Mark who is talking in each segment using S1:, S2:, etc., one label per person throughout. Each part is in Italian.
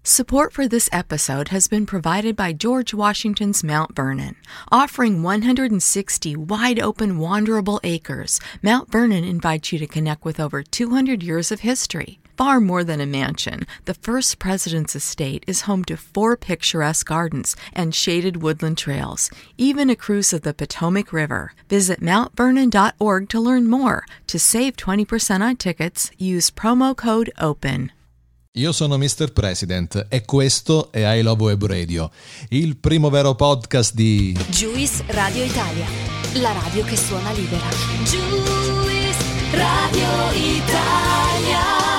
S1: Support for this episode has been provided by George Washington's Mount Vernon. Offering 160 wide-open, wanderable acres, Mount Vernon invites you to connect with over 200 years of history. Far more than a mansion, the first president's estate is home to 4 picturesque gardens and shaded woodland trails, even a cruise of the Potomac River. Visit mountvernon.org to learn more. To save 20% on tickets, use promo code OPEN.
S2: Io sono Mr. President e questo è I Love Web Radio, il primo vero podcast di
S3: Juice Radio Italia, la radio che suona libera. Juice Radio Italia.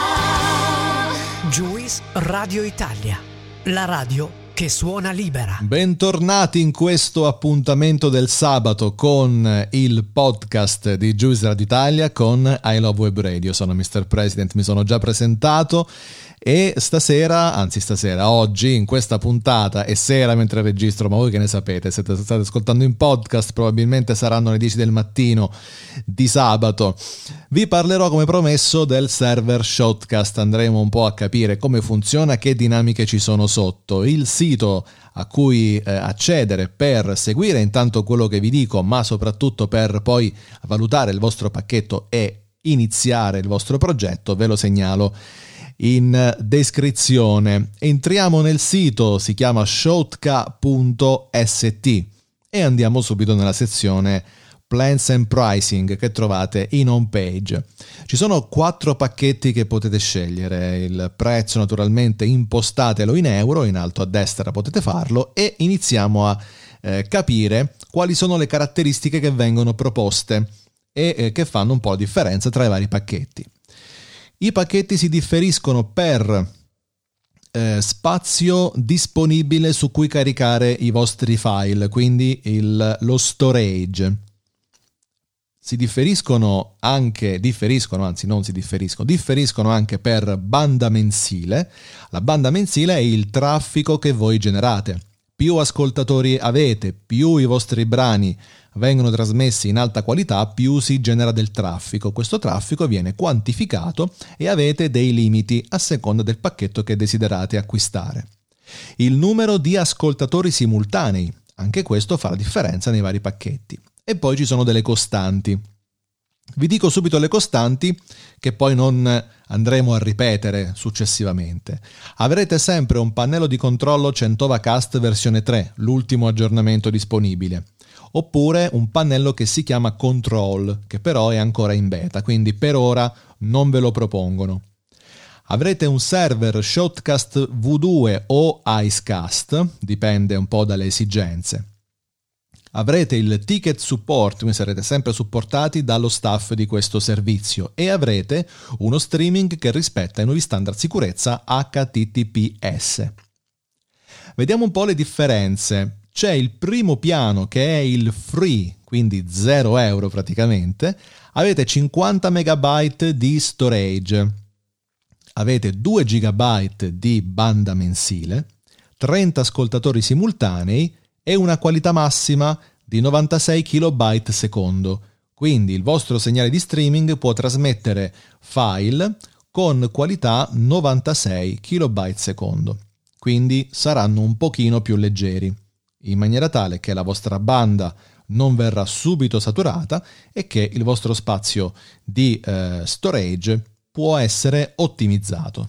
S4: Juice Radio Italia, la radio che suona libera.
S2: Bentornati in questo appuntamento del sabato con il podcast di Juice Radio Italia con I Love Web Radio. Sono Mr. President, mi sono già presentato. E oggi in questa puntata e sera mentre registro, ma voi che ne sapete, se state ascoltando in podcast probabilmente saranno le 10 del mattino di sabato, vi parlerò come promesso del server Shotcast. Andremo un po' a capire come funziona, che dinamiche ci sono sotto, il sito a cui accedere per seguire intanto quello che vi dico, ma soprattutto per poi valutare il vostro pacchetto e iniziare il vostro progetto, ve lo segnalo in descrizione. Entriamo nel sito, si chiama shotka.st e andiamo subito nella sezione Plans and Pricing che trovate in home page. Ci sono 4 pacchetti che potete scegliere, il prezzo naturalmente impostatelo in euro, in alto a destra potete farlo e iniziamo a capire quali sono le caratteristiche che vengono proposte e che fanno un po' la differenza tra i vari pacchetti. I pacchetti si differiscono per spazio disponibile su cui caricare i vostri file, quindi lo storage. Differiscono anche per banda mensile. La banda mensile è il traffico che voi generate. Più ascoltatori avete, più i vostri brani vengono trasmessi in alta qualità, più si genera del traffico. Questo traffico viene quantificato e avete dei limiti a seconda del pacchetto che desiderate acquistare. Il numero di ascoltatori simultanei, anche questo fa la differenza nei vari pacchetti. E poi ci sono delle costanti. Vi dico subito le costanti che poi non andremo a ripetere successivamente. Avrete sempre un pannello di controllo Centova Cast versione 3, l'ultimo aggiornamento disponibile. Oppure un pannello che si chiama Control, che però è ancora in beta, quindi per ora non ve lo propongono. Avrete un server Shotcast V2 o Icecast, dipende un po' dalle esigenze. Avrete il ticket support, quindi sarete sempre supportati dallo staff di questo servizio e avrete uno streaming che rispetta i nuovi standard sicurezza HTTPS. Vediamo un po' le differenze. C'è il primo piano che è il free, quindi 0 euro praticamente. Avete 50 MB di storage, avete 2 GB di banda mensile, 30 ascoltatori simultanei e una qualità massima di 96 KB secondo. Quindi il vostro segnale di streaming può trasmettere file con qualità 96 KB secondo. Quindi saranno un pochino più leggeri, in maniera tale che la vostra banda non verrà subito saturata e che il vostro spazio di storage può essere ottimizzato.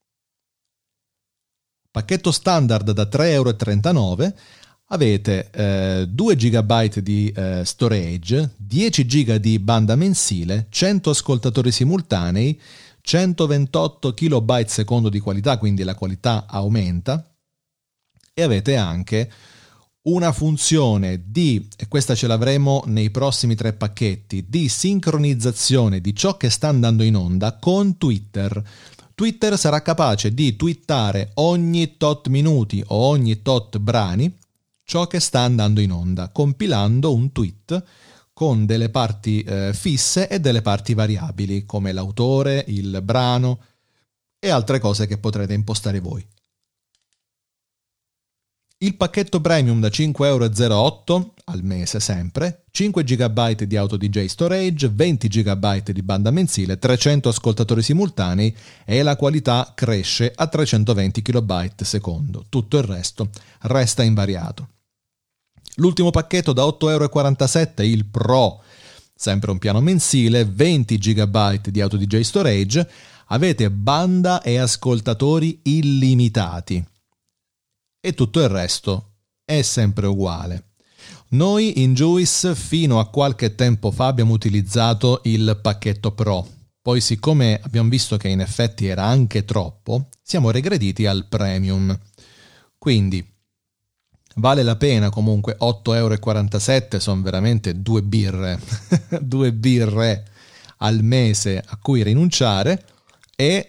S2: Pacchetto standard da 3,39 €, avete 2 GB di storage, 10 GB di banda mensile, 100 ascoltatori simultanei, 128 KB secondo di qualità, quindi la qualità aumenta, e avete anche una funzione e questa ce l'avremo nei prossimi 3 pacchetti, di sincronizzazione di ciò che sta andando in onda con Twitter. Twitter sarà capace di twittare ogni tot minuti o ogni tot brani ciò che sta andando in onda, compilando un tweet con delle parti fisse e delle parti variabili, come l'autore, il brano e altre cose che potrete impostare voi. Il pacchetto premium da 5,08€ al mese sempre, 5 GB di auto DJ storage, 20 GB di banda mensile, 300 ascoltatori simultanei e la qualità cresce a 320 KB secondo. Tutto il resto resta invariato. L'ultimo pacchetto da 8,47€, il Pro, sempre un piano mensile, 20 GB di auto DJ storage, avete banda e ascoltatori illimitati. E tutto il resto è sempre uguale. Noi in Juice fino a qualche tempo fa abbiamo utilizzato il pacchetto Pro, poi siccome abbiamo visto che in effetti era anche troppo, siamo regrediti al Premium. Quindi vale la pena comunque, 8,47€, sono veramente 2 birre, 2 birre al mese a cui rinunciare, e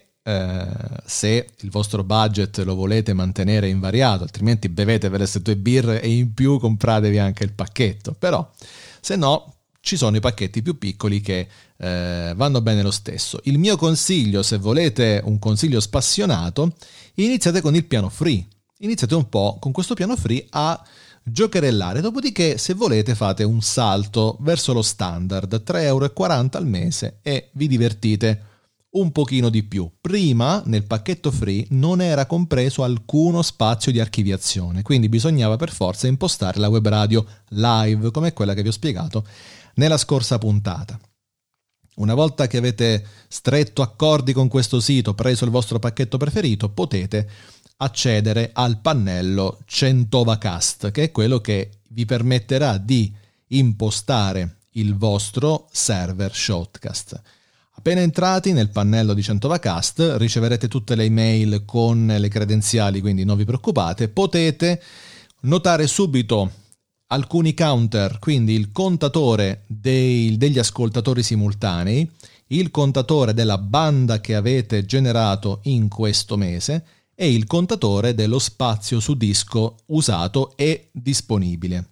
S2: se il vostro budget lo volete mantenere invariato, altrimenti bevetevi queste 2 birre e in più compratevi anche il pacchetto. Però se no ci sono i pacchetti più piccoli che vanno bene lo stesso. Il mio consiglio, se volete un consiglio spassionato, iniziate con il piano free, iniziate un po' con questo piano free a giocherellare, dopodiché se volete fate un salto verso lo standard, 3,40€ al mese, e vi divertite un pochino di più. Prima nel pacchetto free non era compreso alcuno spazio di archiviazione, quindi bisognava per forza impostare la web radio live, come quella che vi ho spiegato nella scorsa puntata. Una volta che avete stretto accordi con questo sito, preso il vostro pacchetto preferito, potete accedere al pannello Centovacast, che è quello che vi permetterà di impostare il vostro server Shotcast. Appena entrati nel pannello di Centovacast riceverete tutte le email con le credenziali, quindi non vi preoccupate. Potete notare subito alcuni counter, quindi il contatore degli ascoltatori simultanei, il contatore della banda che avete generato in questo mese e il contatore dello spazio su disco usato e disponibile.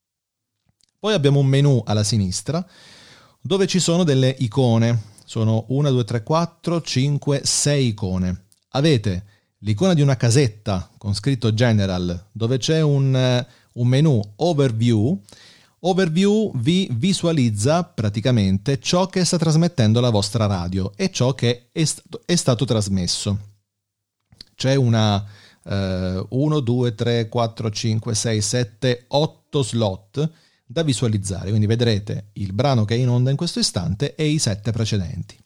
S2: Poi abbiamo un menu alla sinistra dove ci sono delle icone. Sono 1, 2, 3, 4, 5, 6 icone. Avete l'icona di una casetta con scritto General, dove c'è un menu Overview. Overview vi visualizza praticamente ciò che sta trasmettendo la vostra radio e ciò che è stato trasmesso. C'è una 1, 2, 3, 4, 5, 6, 7, 8 slot da visualizzare, quindi vedrete il brano che è in onda in questo istante e i 7 precedenti.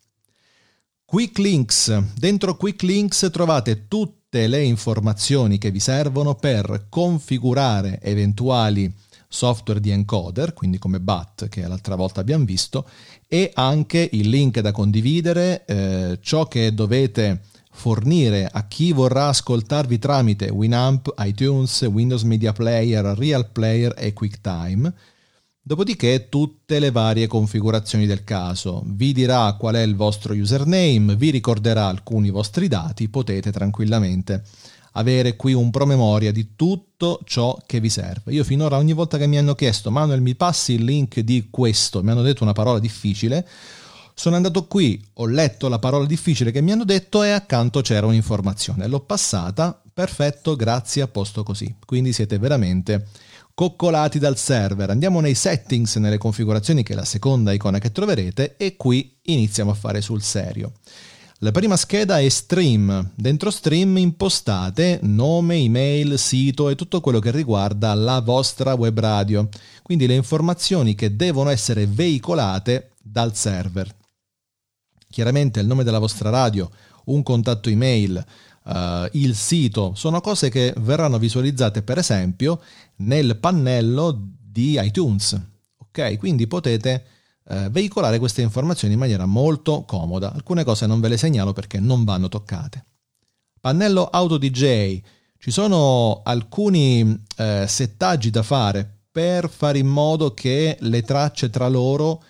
S2: Quick Links. Dentro Quick Links trovate tutte le informazioni che vi servono per configurare eventuali software di encoder, quindi come BAT che l'altra volta abbiamo visto, e anche il link da condividere, ciò che dovete fornire a chi vorrà ascoltarvi tramite Winamp, iTunes, Windows Media Player, Real Player e QuickTime. Dopodiché tutte le varie configurazioni del caso. Vi dirà qual è il vostro username, vi ricorderà alcuni vostri dati, potete tranquillamente avere qui un promemoria di tutto ciò che vi serve. Io finora ogni volta che mi hanno chiesto Manuel mi passi il link di questo, mi hanno detto una parola difficile, sono andato qui, ho letto la parola difficile che mi hanno detto e accanto c'era un'informazione, l'ho passata, perfetto, grazie, a posto così. Quindi siete veramente coccolati dal server. Andiamo nei settings, nelle configurazioni, che è la seconda icona che troverete, e qui iniziamo a fare sul serio. La prima scheda è Stream. Dentro Stream impostate nome, email, sito e tutto quello che riguarda la vostra web radio, quindi le informazioni che devono essere veicolate dal server. Chiaramente il nome della vostra radio, un contatto email, il sito, sono cose che verranno visualizzate per esempio nel pannello di iTunes, ok? Quindi potete veicolare queste informazioni in maniera molto comoda. Alcune cose non ve le segnalo perché non vanno toccate. Pannello Auto DJ, ci sono alcuni settaggi da fare per fare in modo che le tracce tra loro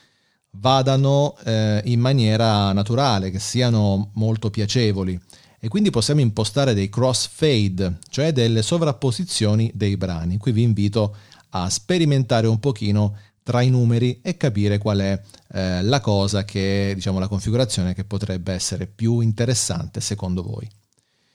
S2: vadano in maniera naturale, che siano molto piacevoli, e quindi possiamo impostare dei crossfade, cioè delle sovrapposizioni dei brani. Qui vi invito a sperimentare un pochino tra i numeri e capire qual è la cosa che, diciamo, la configurazione che potrebbe essere più interessante secondo voi.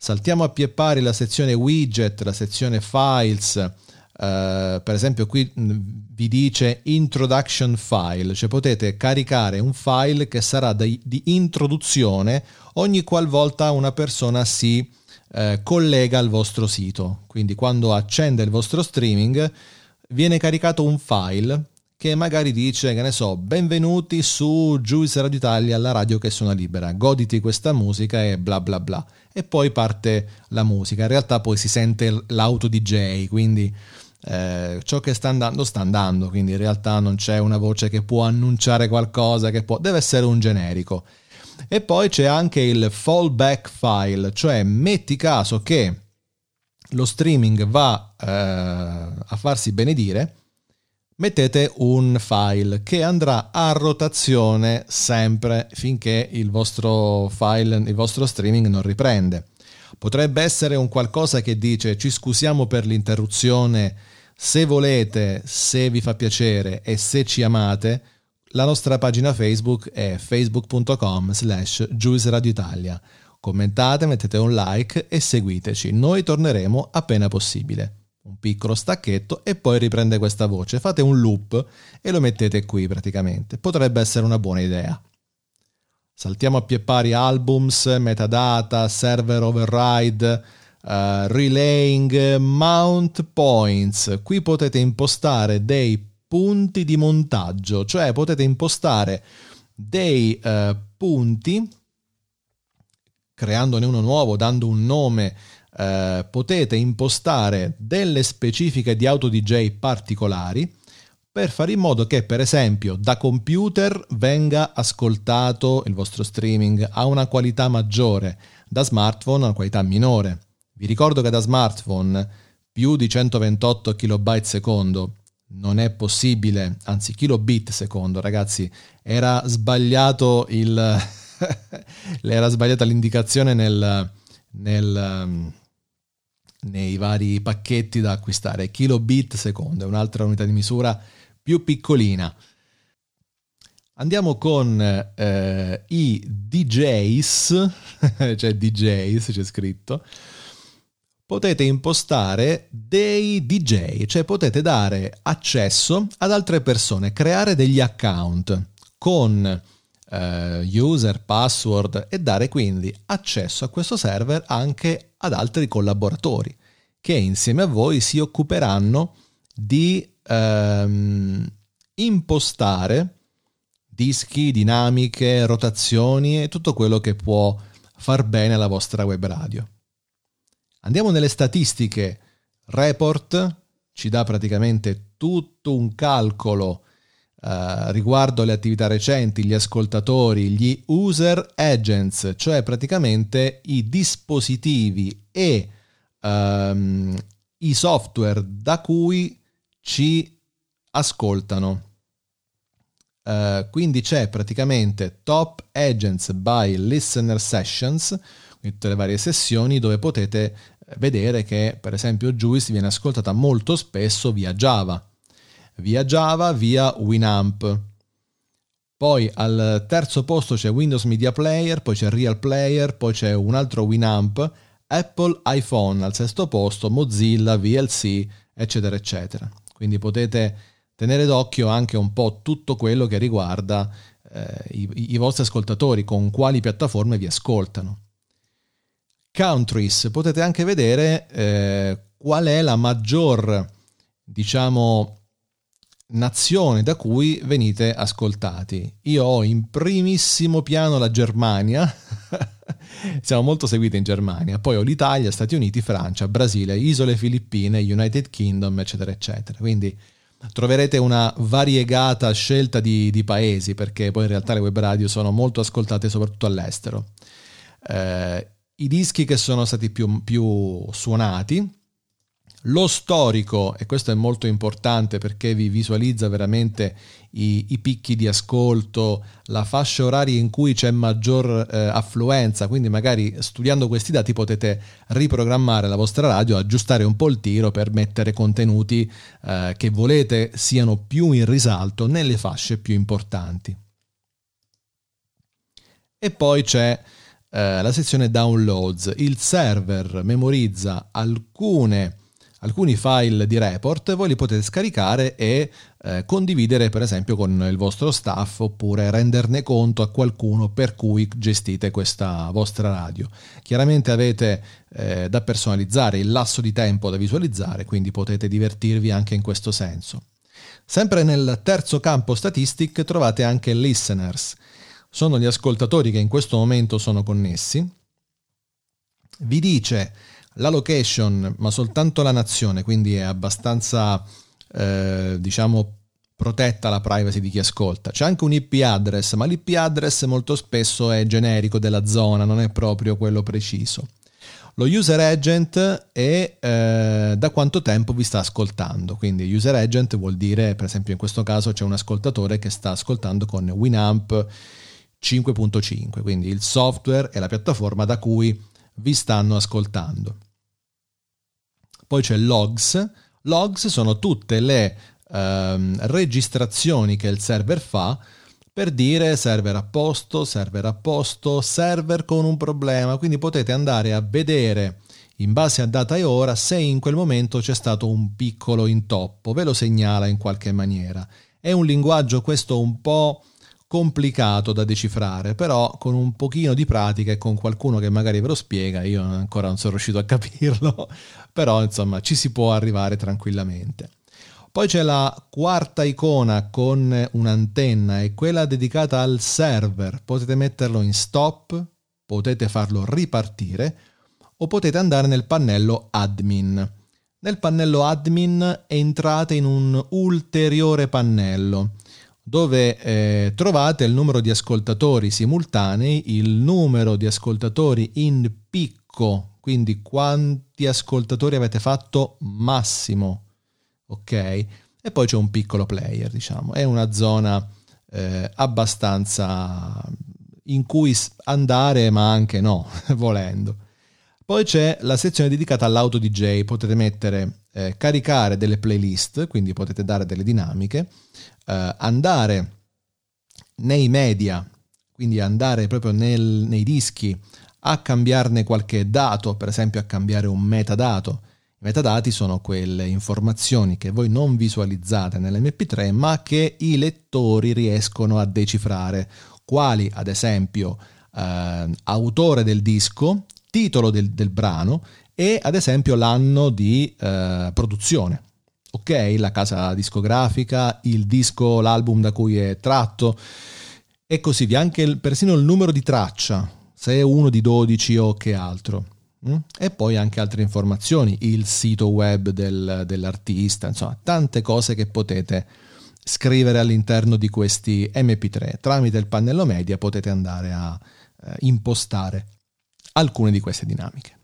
S2: Saltiamo a pie pari la sezione widget, la sezione files. Per esempio qui vi dice introduction file, cioè potete caricare un file che sarà di introduzione ogni qualvolta una persona si collega al vostro sito. Quindi quando accende il vostro streaming viene caricato un file che magari dice, che ne so, benvenuti su Juice Radio Italia, la radio che suona libera, goditi questa musica e bla bla bla, e poi parte la musica. In realtà poi si sente l'auto DJ, quindi ciò che sta andando, quindi in realtà non c'è una voce che può annunciare qualcosa, deve essere un generico. E poi c'è anche il fallback file, cioè metti caso che lo streaming va a farsi benedire, mettete un file che andrà a rotazione sempre finché il vostro streaming non riprende. Potrebbe essere un qualcosa che dice: ci scusiamo per l'interruzione, se volete, se vi fa piacere e se ci amate, la nostra pagina Facebook è facebook.com/Juice Radio Italia. Commentate, mettete un like e seguiteci. Noi torneremo appena possibile. Un piccolo stacchetto e poi riprende questa voce. Fate un loop e lo mettete qui praticamente. Potrebbe essere una buona idea. Saltiamo a pie pari albums, metadata, server override, relaying, mount points. Qui potete impostare dei punti di montaggio, cioè potete impostare dei punti, creandone uno nuovo, dando un nome. Potete impostare delle specifiche di auto DJ particolari per fare in modo che, per esempio, da computer venga ascoltato il vostro streaming a una qualità maggiore, da smartphone a una qualità minore. Vi ricordo che da smartphone più di 128 kilobyte secondo non è possibile, anzi kilobit secondo, ragazzi, era sbagliato era sbagliata l'indicazione nei vari pacchetti da acquistare. Kilobit secondo è un'altra unità di misura più piccolina. Andiamo con i DJs, cioè DJs c'è scritto. Potete impostare dei DJ, cioè potete dare accesso ad altre persone, creare degli account con user, password, e dare quindi accesso a questo server anche ad altri collaboratori che insieme a voi si occuperanno di impostare dischi, dinamiche, rotazioni e tutto quello che può far bene alla vostra web radio. Andiamo nelle statistiche. Report ci dà praticamente tutto un calcolo riguardo le attività recenti, gli ascoltatori, gli user agents, cioè praticamente i dispositivi e i software da cui ci ascoltano. Quindi c'è praticamente Top Agents by Listener Sessions, tutte le varie sessioni dove potete vedere che per esempio Juice viene ascoltata molto spesso via Java, via Winamp. Poi al terzo posto c'è Windows Media Player, poi c'è Real Player, poi c'è un altro Winamp, Apple iPhone al sesto posto, Mozilla, VLC, eccetera eccetera. Quindi potete tenere d'occhio anche un po' tutto quello che riguarda i vostri ascoltatori, con quali piattaforme vi ascoltano. Countries, potete anche vedere qual è la maggior, nazione da cui venite ascoltati. Io ho in primissimo piano la Germania, siamo molto seguiti in Germania, poi ho l'Italia, Stati Uniti, Francia, Brasile, Isole Filippine, United Kingdom, eccetera eccetera. Quindi troverete una variegata scelta di paesi, perché poi in realtà le web radio sono molto ascoltate soprattutto all'estero. I dischi che sono stati più suonati, lo storico, e questo è molto importante perché vi visualizza veramente i picchi di ascolto, la fascia oraria in cui c'è maggior affluenza, quindi magari studiando questi dati potete riprogrammare la vostra radio, aggiustare un po' il tiro per mettere contenuti che volete siano più in risalto nelle fasce più importanti. E poi c'è la sezione downloads. Il server memorizza alcuni file di report, voi li potete scaricare e condividere per esempio con il vostro staff, oppure renderne conto a qualcuno per cui gestite questa vostra radio. Chiaramente avete da personalizzare il lasso di tempo da visualizzare, quindi potete divertirvi anche in questo senso. Sempre nel terzo campo statistic trovate anche listeners. Sono gli ascoltatori che in questo momento sono connessi. Vi dice la location, ma soltanto la nazione, quindi è abbastanza protetta la privacy di chi ascolta. C'è anche un IP address, ma l'IP address molto spesso è generico della zona, non è proprio quello preciso. Lo user agent è da quanto tempo vi sta ascoltando, quindi user agent vuol dire, per esempio in questo caso c'è un ascoltatore che sta ascoltando con Winamp 5.5, quindi il software e la piattaforma da cui vi stanno ascoltando. Poi c'è logs. Logs sono tutte le registrazioni che il server fa per dire server a posto, server con un problema, quindi potete andare a vedere in base a data e ora se in quel momento c'è stato un piccolo intoppo, ve lo segnala in qualche maniera. È un linguaggio questo un po' complicato da decifrare, però con un pochino di pratica e con qualcuno che magari ve lo spiega, io ancora non sono riuscito a capirlo, però insomma ci si può arrivare tranquillamente. Poi c'è la quarta icona con un'antenna, è quella dedicata al server. Potete metterlo in stop, potete farlo ripartire o potete andare nel pannello admin. Nel pannello admin entrate in un ulteriore pannello dove trovate il numero di ascoltatori simultanei, il numero di ascoltatori in picco, quindi quanti ascoltatori avete fatto massimo. Ok, e poi c'è un piccolo player, diciamo, è una zona abbastanza in cui andare, ma anche no, volendo. Poi c'è la sezione dedicata all'auto DJ, potete mettere, caricare delle playlist, quindi potete dare delle dinamiche, andare nei media, quindi andare proprio nei dischi a cambiarne qualche dato, per esempio a cambiare un metadato. I metadati sono quelle informazioni che voi non visualizzate nell'MP3 ma che i lettori riescono a decifrare, quali ad esempio autore del disco, titolo del brano e ad esempio l'anno di produzione, ok? La casa discografica, il disco, l'album da cui è tratto e così via, anche persino il numero di traccia, se è uno di 12 o che altro. E poi anche altre informazioni, il sito web dell'artista, insomma tante cose che potete scrivere all'interno di questi MP3. Tramite il pannello media potete andare a impostare alcune di queste dinamiche.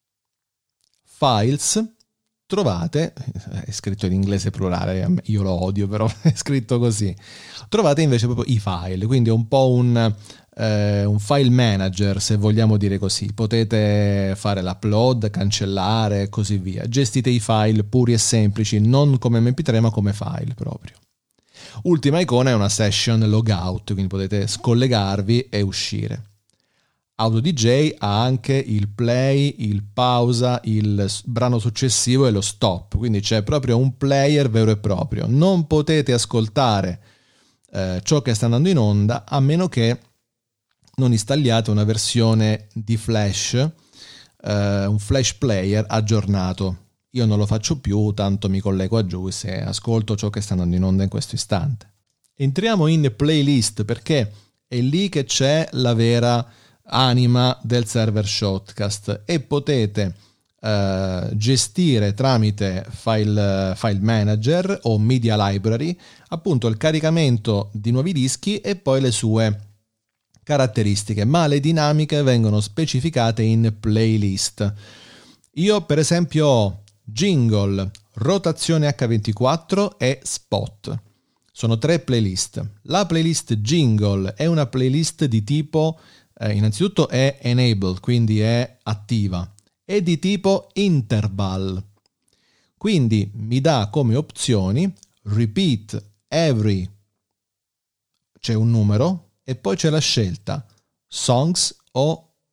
S2: Files, trovate, è scritto in inglese plurale, io lo odio però è scritto così, trovate invece proprio i file, quindi è un po' un file manager, se vogliamo dire così. Potete fare l'upload, cancellare e così via. Gestite i file puri e semplici, non come MP3 ma come file proprio. Ultima icona è una session logout, quindi potete scollegarvi e uscire. Auto DJ ha anche il play, il pausa, il brano successivo e lo stop, quindi c'è proprio un player vero e proprio. Non potete ascoltare ciò che sta andando in onda a meno che non installiate una versione di Flash, un Flash player aggiornato. Io non lo faccio più, tanto mi collego a Juice e ascolto ciò che sta andando in onda in questo istante. Entriamo in playlist perché è lì che c'è la vera anima del server Shotcast e potete gestire tramite file manager o media library appunto il caricamento di nuovi dischi e poi le sue caratteristiche, ma le dinamiche vengono specificate in playlist. Io per esempio ho jingle, rotazione H24 e spot. Sono 3 playlist. La playlist jingle è una playlist di tipo innanzitutto è enabled, quindi è attiva, e di tipo interval. Quindi mi dà come opzioni repeat every, c'è un numero, e poi c'è la scelta songs o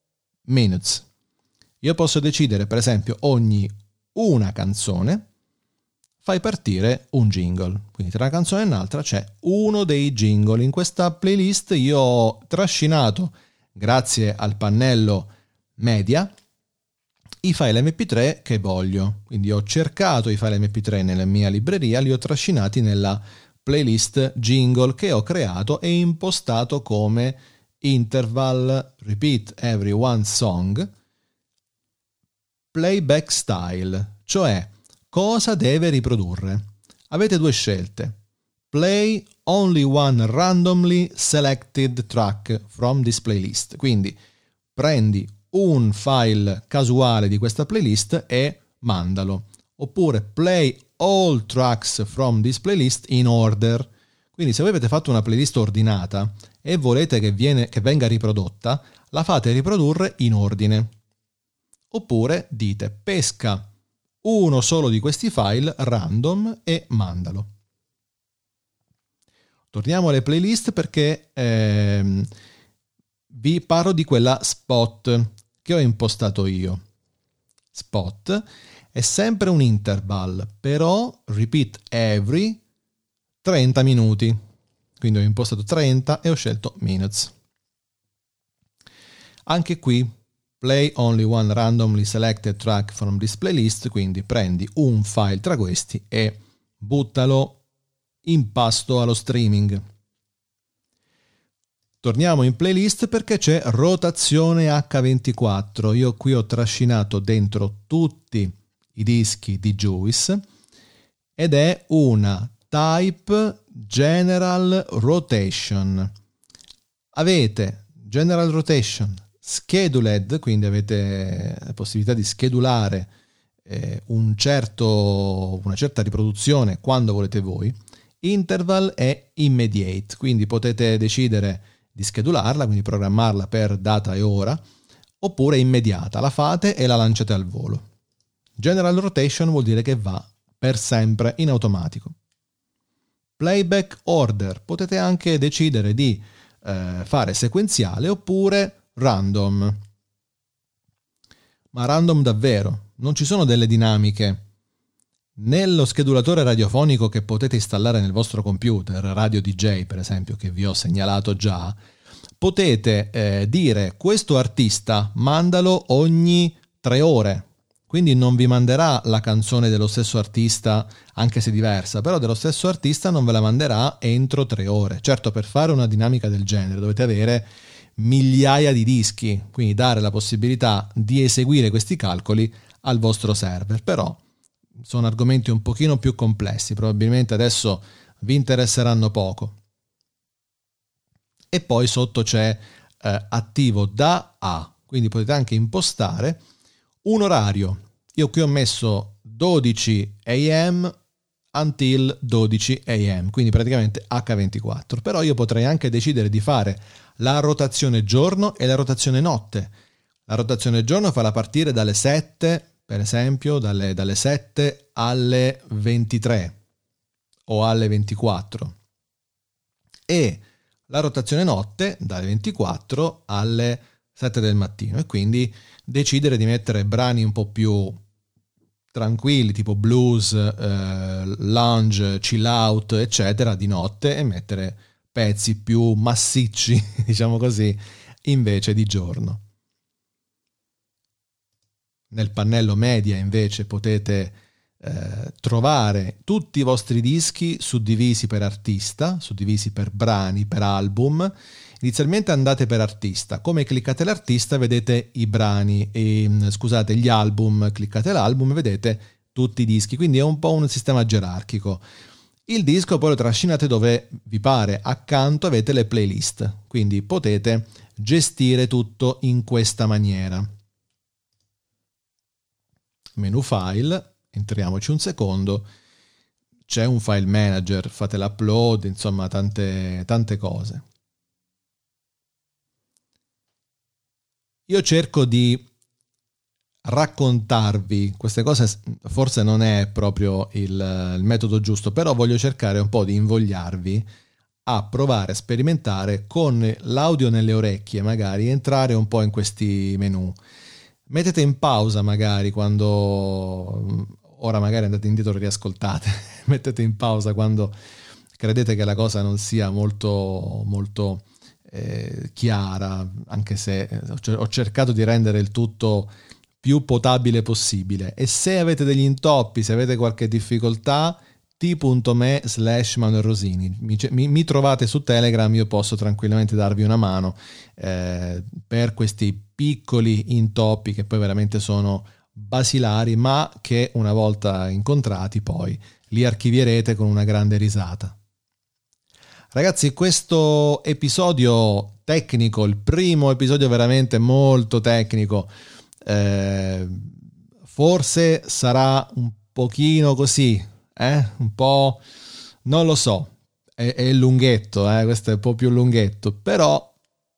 S2: minutes. Io posso decidere, per esempio, ogni una canzone fai partire un jingle. Quindi tra una canzone e un'altra c'è uno dei jingle. In questa playlist io ho trascinato, grazie al pannello media, i file MP3 che voglio. Quindi ho cercato i file MP3 nella mia libreria, li ho trascinati nella playlist jingle che ho creato e impostato come interval repeat every one song playback style, cioè cosa deve riprodurre. Avete due scelte: play only one randomly selected track from this playlist, quindi prendi un file casuale di questa playlist e mandalo, oppure play all tracks from this playlist in order. Quindi se voi avete fatto una playlist ordinata e volete che venga riprodotta, la fate riprodurre in ordine. Oppure dite pesca uno solo di questi file random e mandalo. Torniamo alle playlist perché vi parlo di quella spot che ho impostato io. Spot è sempre un interval, però repeat every 30 minuti. Quindi ho impostato 30 e ho scelto minutes. Anche qui play only one randomly selected track from this playlist, quindi prendi un file tra questi e buttalo in pasto allo streaming. Torniamo in playlist perché c'è rotazione H24. Io qui ho trascinato dentro tutti i dischi di Juice ed è una type general rotation. Avete general rotation scheduled, quindi avete la possibilità di schedulare una certa riproduzione quando volete voi. Interval è immediate, quindi potete decidere di schedularla, quindi programmarla per data e ora, oppure immediata, la fate e la lanciate al volo. General rotation vuol dire che va per sempre in automatico. Playback order, potete anche decidere di fare sequenziale oppure random. Ma random davvero, non ci sono delle dinamiche. Nello schedulatore radiofonico che potete installare nel vostro computer, Radio DJ per esempio, che vi ho segnalato già, potete dire questo artista mandalo ogni 3 ore, quindi non vi manderà la canzone dello stesso artista anche se diversa, però dello stesso artista non ve la manderà entro 3 ore. Certo, per fare una dinamica del genere dovete avere migliaia di dischi, quindi dare la possibilità di eseguire questi calcoli al vostro server, però sono argomenti un pochino più complessi, probabilmente adesso vi interesseranno poco. E poi sotto c'è attivo da a, quindi potete anche impostare un orario. Io qui ho messo 12 am until 12 am, quindi praticamente H24, però io potrei anche decidere di fare la rotazione giorno e la rotazione notte. La rotazione giorno farla partire dalle 7, per esempio dalle 7 alle 23 o alle 24, e la rotazione notte dalle 24 alle 7 del mattino, e quindi decidere di mettere brani un po' più tranquilli tipo blues, lounge, chill out eccetera di notte, e mettere pezzi più massicci diciamo così invece di giorno. Nel pannello media invece potete trovare tutti i vostri dischi suddivisi per artista, suddivisi per brani, per album. Inizialmente andate per artista, come cliccate l'artista vedete i brani, gli album, cliccate l'album e vedete tutti i dischi, quindi è un po' un sistema gerarchico. Il disco poi lo trascinate dove vi pare, accanto avete le playlist, quindi potete gestire tutto in questa maniera. Menu file, entriamoci un secondo, c'è un file manager, fate l'upload, insomma tante cose. Io cerco di raccontarvi queste cose, forse non è proprio il metodo giusto, però voglio cercare un po' di invogliarvi a provare a sperimentare con l'audio nelle orecchie, magari entrare un po' in questi menu. Mettete in pausa magari quando, ora magari andate indietro e riascoltate, mettete in pausa quando credete che la cosa non sia molto chiara, anche se ho cercato di rendere il tutto più potabile possibile. E se avete degli intoppi, se avete qualche difficoltà, t.me/Manuel Rosini, mi trovate su Telegram, io posso tranquillamente darvi una mano per questi piccoli intoppi che poi veramente sono basilari, ma che una volta incontrati poi li archivierete con una grande risata. Ragazzi, questo episodio tecnico, il primo episodio veramente molto tecnico, forse sarà un pochino così, un po', non lo so, è lunghetto, questo è un po' più lunghetto, però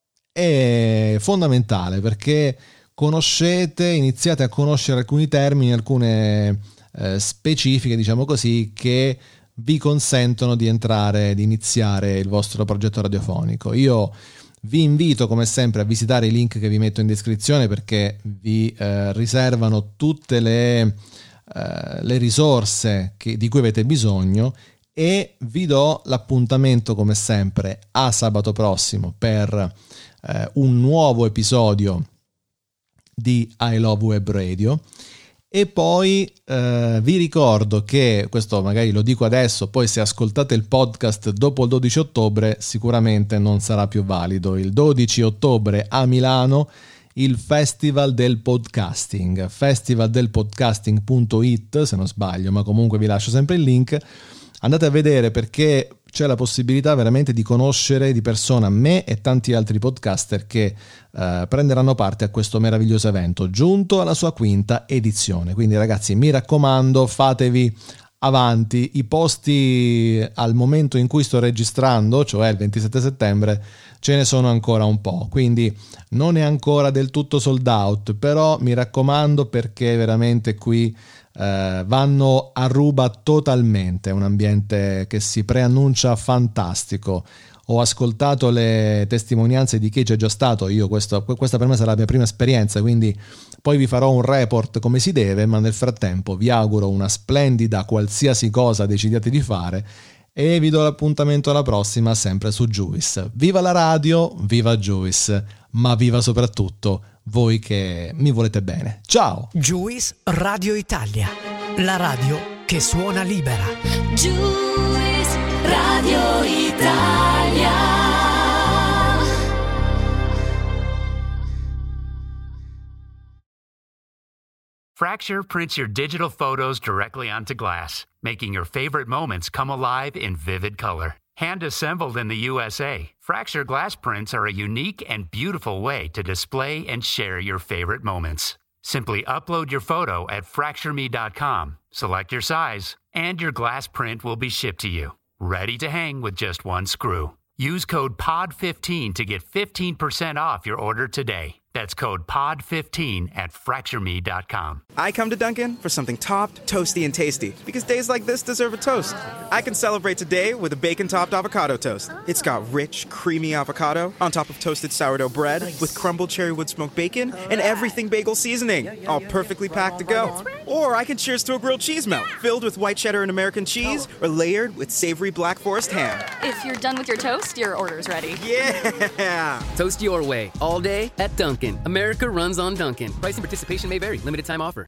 S2: è fondamentale perché iniziate a conoscere alcuni termini, alcune specifiche, diciamo così, che vi consentono di iniziare il vostro progetto radiofonico. Io vi invito come sempre a visitare i link che vi metto in descrizione, perché vi riservano tutte le risorse di cui avete bisogno, e vi do l'appuntamento come sempre a sabato prossimo per un nuovo episodio di I Love Web Radio. E poi vi ricordo che, questo magari lo dico adesso, poi se ascoltate il podcast dopo il 12 ottobre sicuramente non sarà più valido. Il 12 ottobre a Milano il Festival del Podcasting, festivaldelpodcasting.it se non sbaglio, ma comunque vi lascio sempre il link. Andate a vedere, perché c'è la possibilità veramente di conoscere di persona me e tanti altri podcaster che prenderanno parte a questo meraviglioso evento, giunto alla sua 5ª edizione. Quindi ragazzi, mi raccomando, fatevi avanti. I posti al momento in cui sto registrando, cioè il 27 settembre, ce ne sono ancora un po', quindi non è ancora del tutto sold out, però mi raccomando, perché veramente qui vanno a ruba totalmente. È un ambiente che si preannuncia fantastico. Ho ascoltato le testimonianze di chi c'è già stato. Questa per me sarà la mia prima esperienza, quindi poi vi farò un report come si deve, ma nel frattempo vi auguro una splendida qualsiasi cosa decidiate di fare, e vi do l'appuntamento alla prossima, sempre su Juice. Viva la radio, viva Juice, ma viva soprattutto voi che mi volete bene. Ciao!
S4: Juice Radio Italia, la radio che suona libera.
S3: Juice Radio Italia.
S5: Fracture prints your digital photos directly onto glass, making your favorite moments come alive in vivid color. Hand-assembled in the USA, Fracture glass prints are a unique and beautiful way to display and share your favorite moments. Simply upload your photo at FractureMe.com, select your size, and your glass print will be shipped to you, ready to hang with just one screw. Use code POD15 to get 15% off your order today. That's code POD15 at FractureMe.com.
S6: I come to Dunkin' for something topped, toasty, and tasty, because days like this deserve a toast. I can celebrate today with a bacon-topped avocado toast. It's got rich, creamy avocado on top of toasted sourdough bread with crumbled cherry wood smoked bacon and everything bagel seasoning, all perfectly packed to go. Or I can cheers to a grilled cheese melt filled with white cheddar and American cheese, or layered with savory Black Forest ham.
S7: If you're done with your toast, your order's ready.
S6: Yeah!
S8: Toast your way, all day at Dunkin'. America runs on Dunkin'. Price and participation may vary. Limited time offer.